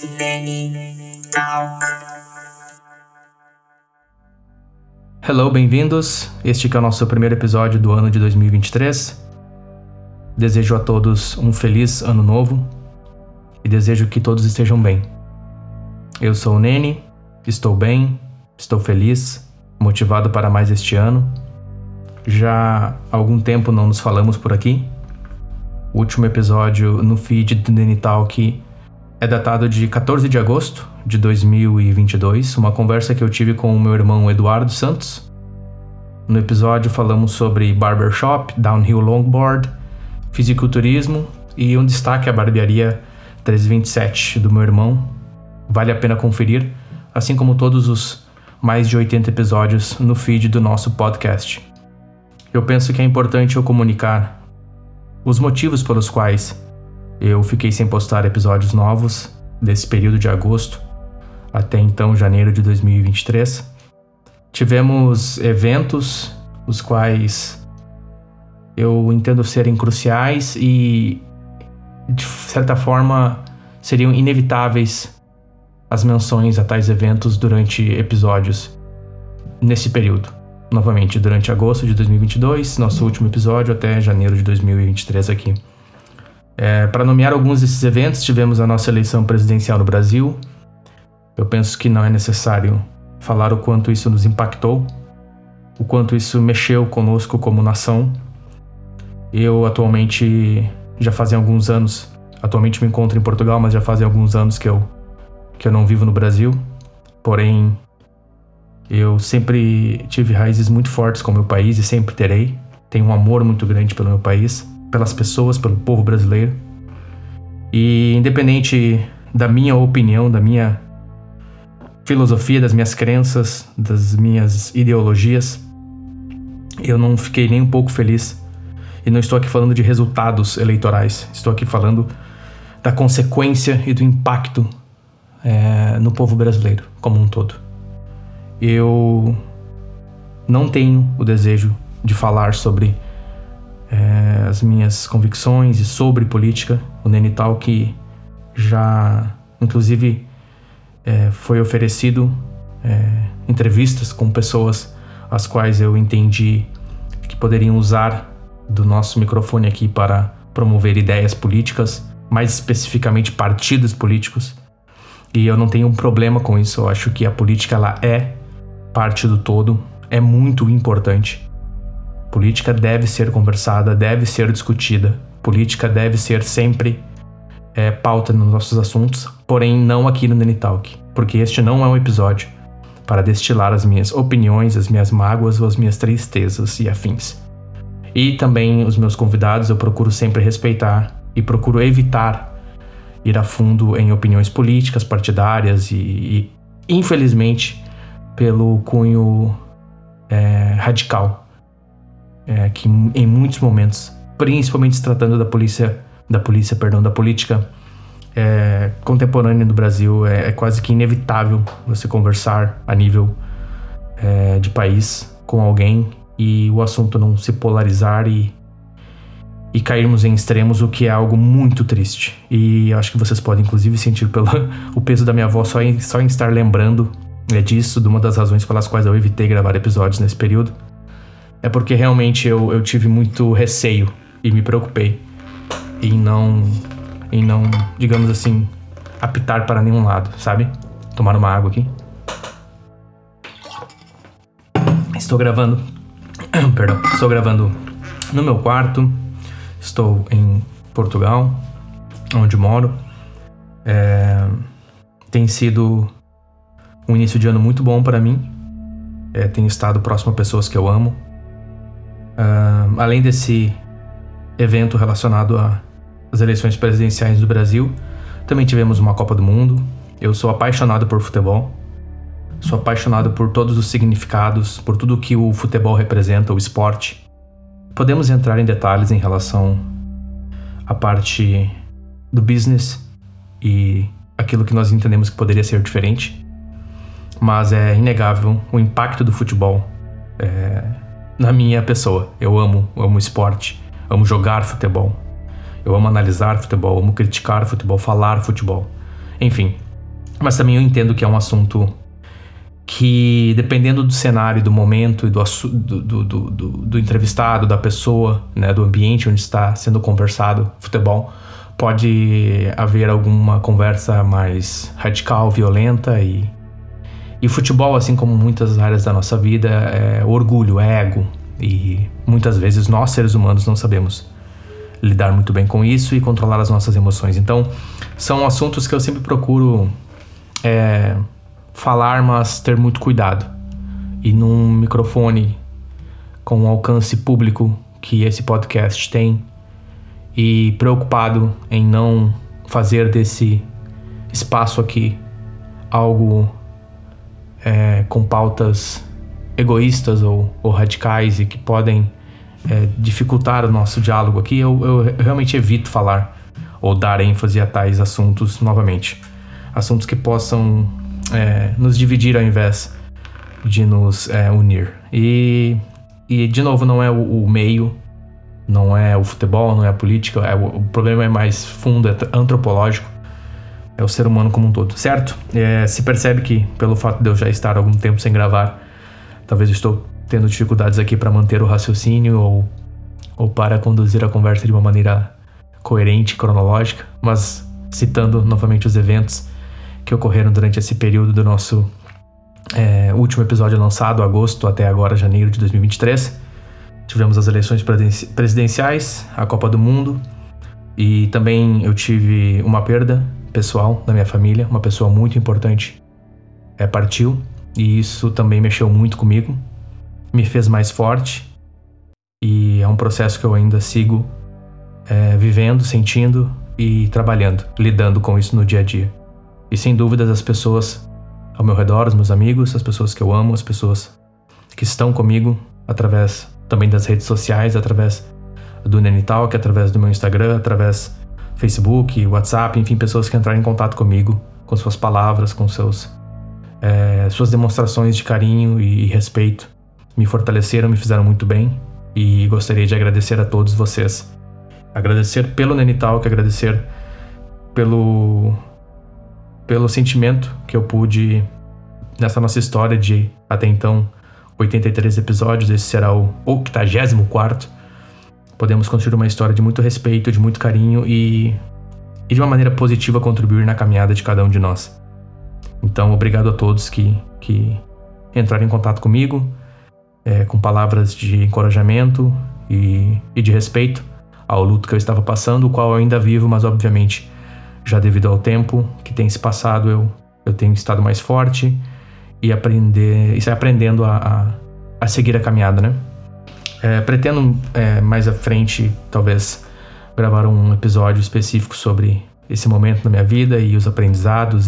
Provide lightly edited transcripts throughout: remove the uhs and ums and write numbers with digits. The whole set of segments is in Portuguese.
Lenny Talk. Hello, bem-vindos. Este que é o nosso primeiro episódio do ano de 2023. Desejo a todos um feliz ano novo e desejo que todos estejam bem. Eu sou o Nene, estou bem, estou feliz, motivado para mais este ano. Já há algum tempo não nos falamos por aqui. O último episódio no feed do Nene Talk é datado de 14 de agosto de 2022, uma conversa que eu tive com o meu irmão Eduardo Santos. No episódio falamos sobre barbershop, downhill longboard, fisiculturismo e um destaque à barbearia 327 do meu irmão. Vale a pena conferir, assim como todos os mais de 80 episódios no feed do nosso podcast. Eu penso que é importante eu comunicar os motivos pelos quais eu fiquei sem postar episódios novos desse período de agosto até então janeiro de 2023. Tivemos eventos os quais eu entendo serem cruciais e de certa forma seriam inevitáveis as menções a tais eventos durante episódios nesse período. Novamente, durante agosto de 2022, nosso último episódio, até janeiro de 2023 aqui. Para nomear alguns desses eventos, tivemos a nossa eleição presidencial no Brasil. Eu penso que não é necessário falar o quanto isso nos impactou, o quanto isso mexeu conosco como nação. Eu atualmente, já fazem alguns anos, atualmente me encontro em Portugal, mas já fazem alguns anos que eu não vivo no Brasil. Porém, eu sempre tive raízes muito fortes com o meu país e sempre terei. Tenho um amor muito grande pelo meu país, pelas pessoas, pelo povo brasileiro. E independente da minha opinião, da minha filosofia, das minhas crenças, das minhas ideologias, eu não fiquei nem um pouco feliz. E não estou aqui falando de resultados eleitorais. Estou aqui falando da consequência e do impacto no povo brasileiro como um todo. Eu não tenho o desejo de falar sobre as minhas convicções e sobre política. O Nene Talk já, inclusive, foi oferecido entrevistas com pessoas as quais eu entendi que poderiam usar do nosso microfone aqui para promover ideias políticas, mais especificamente partidos políticos. E eu não tenho um problema com isso. Eu acho que a política ela é parte do todo, é muito importante. Política deve ser conversada, deve ser discutida. Política deve ser sempre pauta nos nossos assuntos, porém não aqui no Nene Talk, porque este não é um episódio para destilar as minhas opiniões, as minhas mágoas ou as minhas tristezas e afins. E também os meus convidados eu procuro sempre respeitar e procuro evitar ir a fundo em opiniões políticas, partidárias e infelizmente, pelo cunho radical, que em muitos momentos, principalmente se tratando da política contemporânea no Brasil, é quase que inevitável você conversar a nível de país com alguém e o assunto não se polarizar e cairmos em extremos, o que é algo muito triste. E acho que vocês podem inclusive sentir pelo o peso da minha voz só em estar lembrando disso, de uma das razões pelas quais eu evitei gravar episódios nesse período. É porque realmente eu tive muito receio e me preocupei em não, digamos assim, apitar para nenhum lado, sabe? Tomar uma água aqui. Estou gravando no meu quarto. Estou em Portugal, onde moro. Tem sido um início de ano muito bom para mim. Tenho estado próximo a pessoas que eu amo. Além desse evento relacionado às eleições presidenciais do Brasil, também tivemos uma Copa do Mundo. Eu sou apaixonado por futebol. Sou apaixonado por todos os significados, por tudo que o futebol representa, o esporte. Podemos entrar em detalhes em relação à parte do business e aquilo que nós entendemos que poderia ser diferente. Mas é inegável o impacto do futebol na minha pessoa. Eu amo esporte, amo jogar futebol, eu amo analisar futebol, amo criticar futebol, falar futebol. Enfim, Mas também eu entendo que é um assunto que, dependendo do cenário, do momento e do entrevistado, da pessoa, né, do ambiente onde está sendo conversado futebol, pode haver alguma conversa mais radical, violenta e futebol, assim como muitas áreas da nossa vida, é orgulho, é ego, e muitas vezes nós, seres humanos, não sabemos lidar muito bem com isso e controlar as nossas emoções. Então, são assuntos que eu sempre procuro falar, mas ter muito cuidado. E num microfone com o alcance público que esse podcast tem, e preocupado em não fazer desse espaço aqui algo com pautas egoístas ou radicais e que podem dificultar o nosso diálogo aqui, eu realmente evito falar ou dar ênfase a tais assuntos novamente. Assuntos que possam nos dividir ao invés de nos unir. E de novo, não é o meio, não é o futebol, não é a política, o problema é mais fundo, é antropológico, é o ser humano como um todo, certo? Se percebe que, pelo fato de eu já estar algum tempo sem gravar, talvez eu estou tendo dificuldades aqui para manter o raciocínio ou para conduzir a conversa de uma maneira coerente, cronológica, mas citando novamente os eventos que ocorreram durante esse período do nosso último episódio lançado, agosto até agora, janeiro de 2023. Tivemos as eleições presidenciais, a Copa do Mundo, e também eu tive uma perda pessoal da minha família, uma pessoa muito importante partiu, e isso também mexeu muito comigo, me fez mais forte, e é um processo que eu ainda sigo vivendo, sentindo e trabalhando, lidando com isso no dia a dia. E sem dúvidas as pessoas ao meu redor, os meus amigos, as pessoas que eu amo, as pessoas que estão comigo através também das redes sociais, através do Nenitalk, através do meu Instagram, através do Facebook, WhatsApp, enfim, pessoas que entraram em contato comigo com suas palavras, com suas demonstrações de carinho e respeito, me fortaleceram, me fizeram muito bem, e gostaria de agradecer a todos vocês. Agradecer pelo Nenitalk, agradecer pelo sentimento que eu pude nessa nossa história de, até então, 83 episódios. Esse será o 84º. Podemos construir uma história de muito respeito, de muito carinho e de uma maneira positiva contribuir na caminhada de cada um de nós. Então, obrigado a todos que entraram em contato comigo, com palavras de encorajamento e de respeito ao luto que eu estava passando, o qual eu ainda vivo, mas obviamente já devido ao tempo que tem se passado, eu tenho estado mais forte e aprendendo a seguir a caminhada, né? Pretendo mais à frente, talvez, gravar um episódio específico sobre esse momento na minha vida e os aprendizados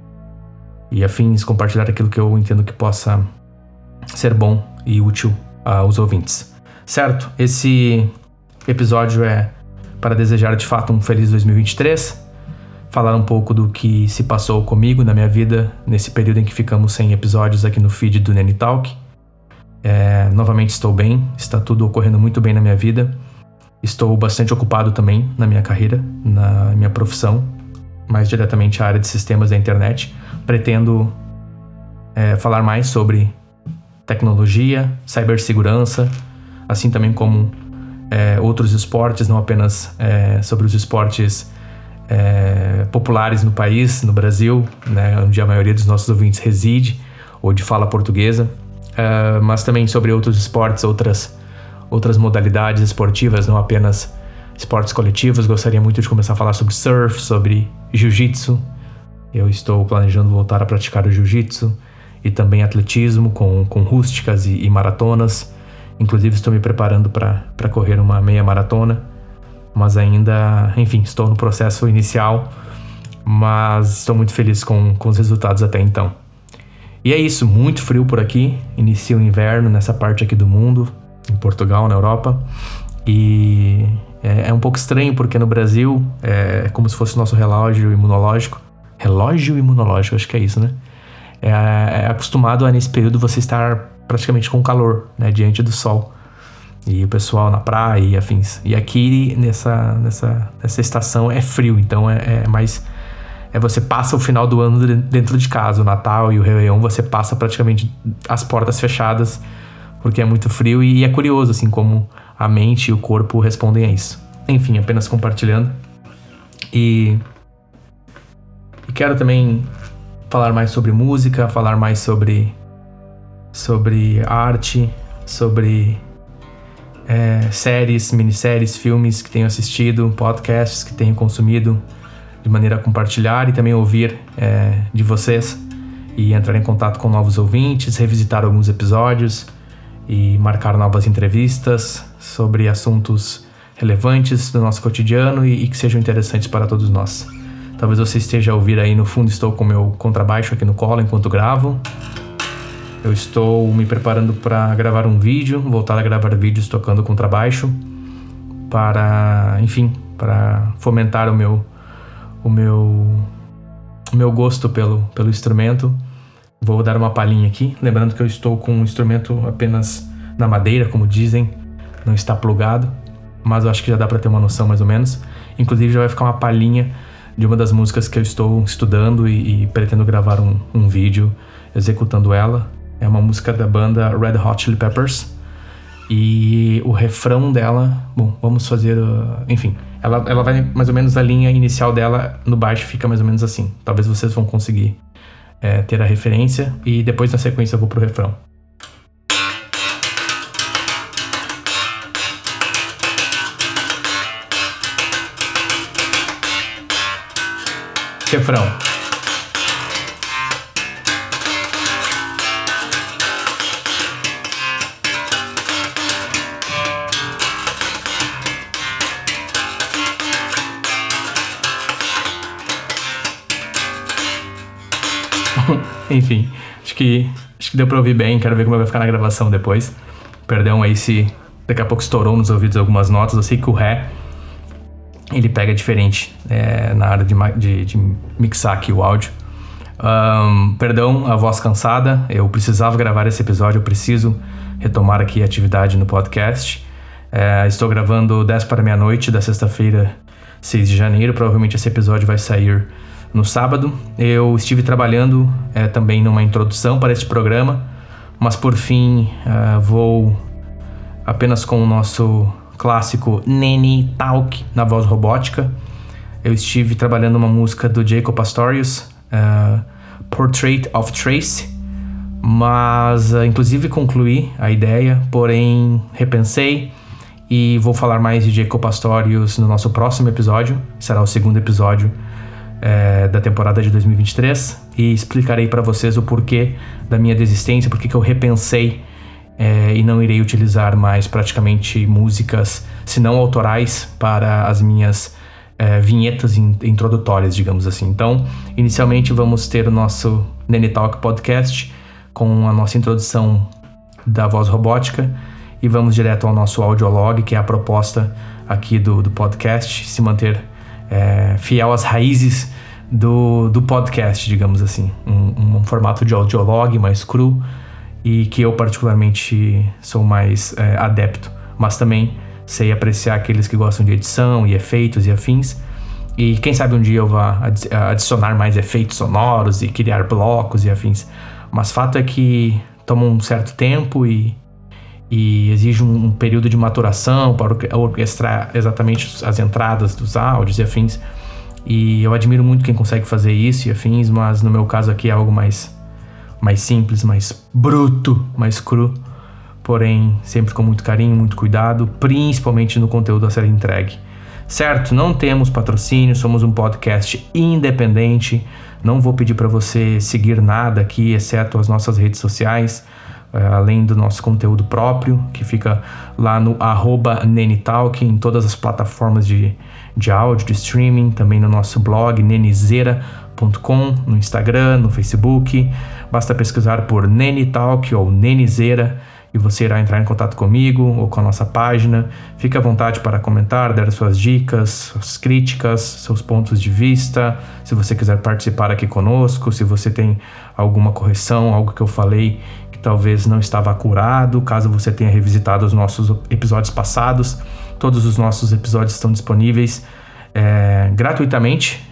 e afins, compartilhar aquilo que eu entendo que possa ser bom e útil aos ouvintes. Certo? Esse episódio é para desejar de fato um feliz 2023, falar um pouco do que se passou comigo na minha vida nesse período em que ficamos sem episódios aqui no feed do Nenitalk. Novamente estou bem, está tudo ocorrendo muito bem na minha vida. Estou bastante ocupado também na minha carreira, na minha profissão, mais diretamente a área de sistemas da internet. Pretendo falar mais sobre tecnologia, cibersegurança, assim também como outros esportes, não apenas sobre os esportes populares no país, no Brasil, né, onde a maioria dos nossos ouvintes reside ou de fala portuguesa, mas também sobre outros esportes, outras modalidades esportivas, não apenas esportes coletivos. Gostaria muito de começar a falar sobre surf, sobre jiu-jitsu. Eu estou planejando voltar a praticar o jiu-jitsu e também atletismo com rústicas e maratonas. Inclusive estou me preparando para correr uma meia maratona, mas ainda, enfim, estou no processo inicial, mas estou muito feliz com os resultados até então. E é isso, muito frio por aqui, inicia o inverno nessa parte aqui do mundo, em Portugal, na Europa, e é um pouco estranho porque no Brasil é como se fosse o nosso relógio imunológico, acho que é isso, né? É acostumado a nesse período você estar praticamente com calor, né, diante do sol, e o pessoal na praia e afins. E aqui nessa estação é frio, então é mais você passa o final do ano dentro de casa. O Natal e o Réveillon você passa praticamente as portas fechadas, porque é muito frio, e é curioso assim como a mente e o corpo respondem a isso. Enfim, apenas compartilhando. E quero também falar mais sobre música, falar mais sobre arte, sobre séries, minisséries, filmes que tenho assistido, podcasts que tenho consumido de maneira a compartilhar e também ouvir de vocês e entrar em contato com novos ouvintes, revisitar alguns episódios e marcar novas entrevistas sobre assuntos relevantes do nosso cotidiano e que sejam interessantes para todos nós. Talvez você esteja a ouvir aí no fundo, estou com o meu contrabaixo aqui no colo enquanto gravo. Eu estou me preparando para gravar um vídeo, voltar a gravar vídeos tocando contrabaixo para fomentar o meu gosto pelo instrumento. Vou dar uma palhinha aqui, lembrando que eu estou com um instrumento apenas na madeira, como dizem, não está plugado, mas eu acho que já dá para ter uma noção mais ou menos. Inclusive já vai ficar uma palhinha de uma das músicas que eu estou estudando e pretendo gravar um vídeo executando ela. É uma música da banda Red Hot Chili Peppers e o refrão dela, vamos fazer, ela vai mais ou menos, a linha inicial dela no baixo fica mais ou menos assim. Talvez vocês vão conseguir ter a referência e depois na sequência eu vou pro refrão. Refrão. Enfim, acho que deu pra ouvir bem. Quero ver como vai ficar na gravação depois. Perdão aí se daqui a pouco estourou nos ouvidos algumas notas. Eu sei que o Ré ele pega diferente na hora de mixar aqui o áudio. Perdão a voz cansada, eu precisava gravar esse episódio, eu preciso retomar aqui a atividade no podcast. Estou gravando 10 para meia-noite da sexta-feira, 6 de janeiro, provavelmente esse episódio vai sair no sábado. Eu estive trabalhando também numa introdução para este programa, mas por fim vou apenas com o nosso clássico Nene Talk na voz robótica. Eu estive trabalhando uma música do Jaco Pastorius, Portrait of Tracy, mas inclusive concluí a ideia, porém repensei e vou falar mais de Jaco Pastorius no nosso próximo episódio. Será o segundo episódio da temporada de 2023 e explicarei para vocês o porquê da minha desistência, porque que eu repensei e não irei utilizar mais praticamente músicas, se não autorais, para as minhas vinhetas introdutórias, digamos assim. Então, inicialmente vamos ter o nosso Nene Talk Podcast com a nossa introdução da voz robótica e vamos direto ao nosso audiolog, que é a proposta aqui do podcast, se manter fiel às raízes do podcast, digamos assim. Um formato de audiolog mais cru, e que eu particularmente sou mais adepto, mas também sei apreciar aqueles que gostam de edição e efeitos e afins, e quem sabe um dia eu vá adicionar mais efeitos sonoros e criar blocos e afins, mas fato é que toma um certo tempo e exige um período de maturação para orquestrar exatamente as entradas dos áudios e afins, e eu admiro muito quem consegue fazer isso e afins, mas no meu caso aqui é algo mais simples, mais bruto, mais cru, porém sempre com muito carinho, muito cuidado, principalmente no conteúdo a ser entregue. Certo? Não temos patrocínio, somos um podcast independente, não vou pedir para você seguir nada aqui, exceto as nossas redes sociais, além do nosso conteúdo próprio, que fica lá no @NeneTalk, em todas as plataformas de áudio, de streaming, também no nosso blog, nenizera.com, no Instagram, no Facebook. Basta pesquisar por Nene Talk ou Nenizera e você irá entrar em contato comigo ou com a nossa página. Fique à vontade para comentar, dar suas dicas, suas críticas, seus pontos de vista. Se você quiser participar aqui conosco, se você tem alguma correção, algo que eu falei que talvez não estava acurado, caso você tenha revisitado os nossos episódios passados, todos os nossos episódios estão disponíveis gratuitamente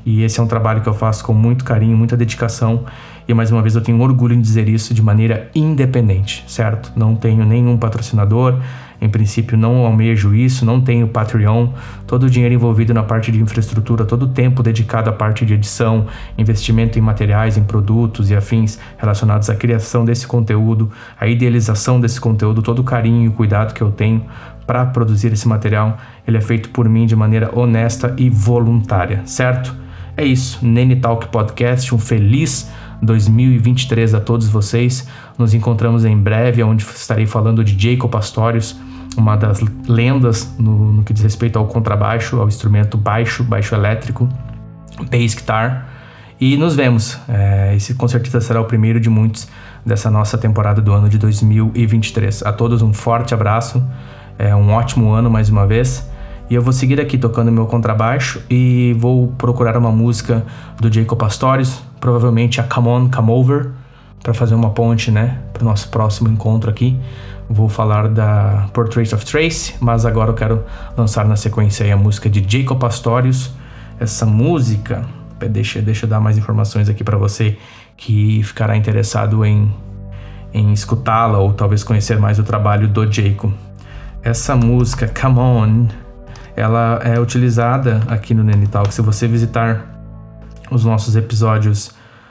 E esse é um trabalho que eu faço com muito carinho, muita dedicação. E mais uma vez eu tenho orgulho em dizer isso de maneira independente, certo? Não tenho nenhum patrocinador, em princípio não almejo isso, não tenho Patreon. Todo o dinheiro envolvido na parte de infraestrutura, todo o tempo dedicado à parte de edição, investimento em materiais, em produtos e afins relacionados à criação desse conteúdo, à idealização desse conteúdo, todo o carinho e cuidado que eu tenho para produzir esse material, ele é feito por mim de maneira honesta e voluntária, certo? É isso, Nene Talk Podcast, um feliz 2023 a todos vocês. Nos encontramos em breve, onde estarei falando de Jaco Pastorius, uma das lendas no que diz respeito ao contrabaixo, ao instrumento baixo elétrico, bass guitar. E nos vemos. Esse com certeza será o primeiro de muitos dessa nossa temporada do ano de 2023. A todos um forte abraço, um ótimo ano mais uma vez. E eu vou seguir aqui tocando meu contrabaixo e vou procurar uma música do Jaco Pastorius, provavelmente a Come On, Come Over, para fazer uma ponte, né, para o nosso próximo encontro aqui. Vou falar da Portrait of Tracy, mas agora eu quero lançar na sequência aí a música de Jaco Pastorius. Essa música, deixa eu dar mais informações aqui para você que ficará interessado em escutá-la ou talvez conhecer mais o trabalho do Jaco. Essa música, Come On, ela é utilizada aqui no Nene Talk. Se você visitar os nossos episódios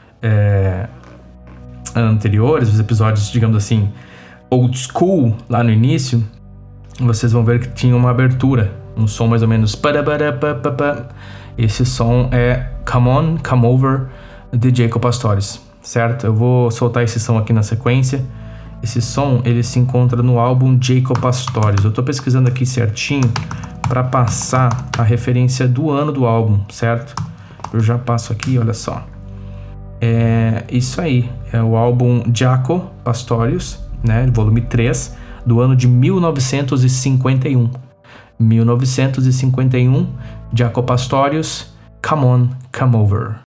anteriores, os episódios, digamos assim, old school, lá no início, vocês vão ver que tinha uma abertura, um som mais ou menos. Esse som é Come On, Come Over, de Jaco Pastorius, certo? Eu vou soltar esse som aqui na sequência. Esse som, ele se encontra no álbum Jaco Pastorius. Eu tô pesquisando aqui certinho para passar a referência do ano do álbum, certo? Eu já passo aqui, olha só. É isso aí, é o álbum Jaco Pastorius, né, volume 3, do ano de 1951. 1951, Jaco Pastorius, Come On, Come Over.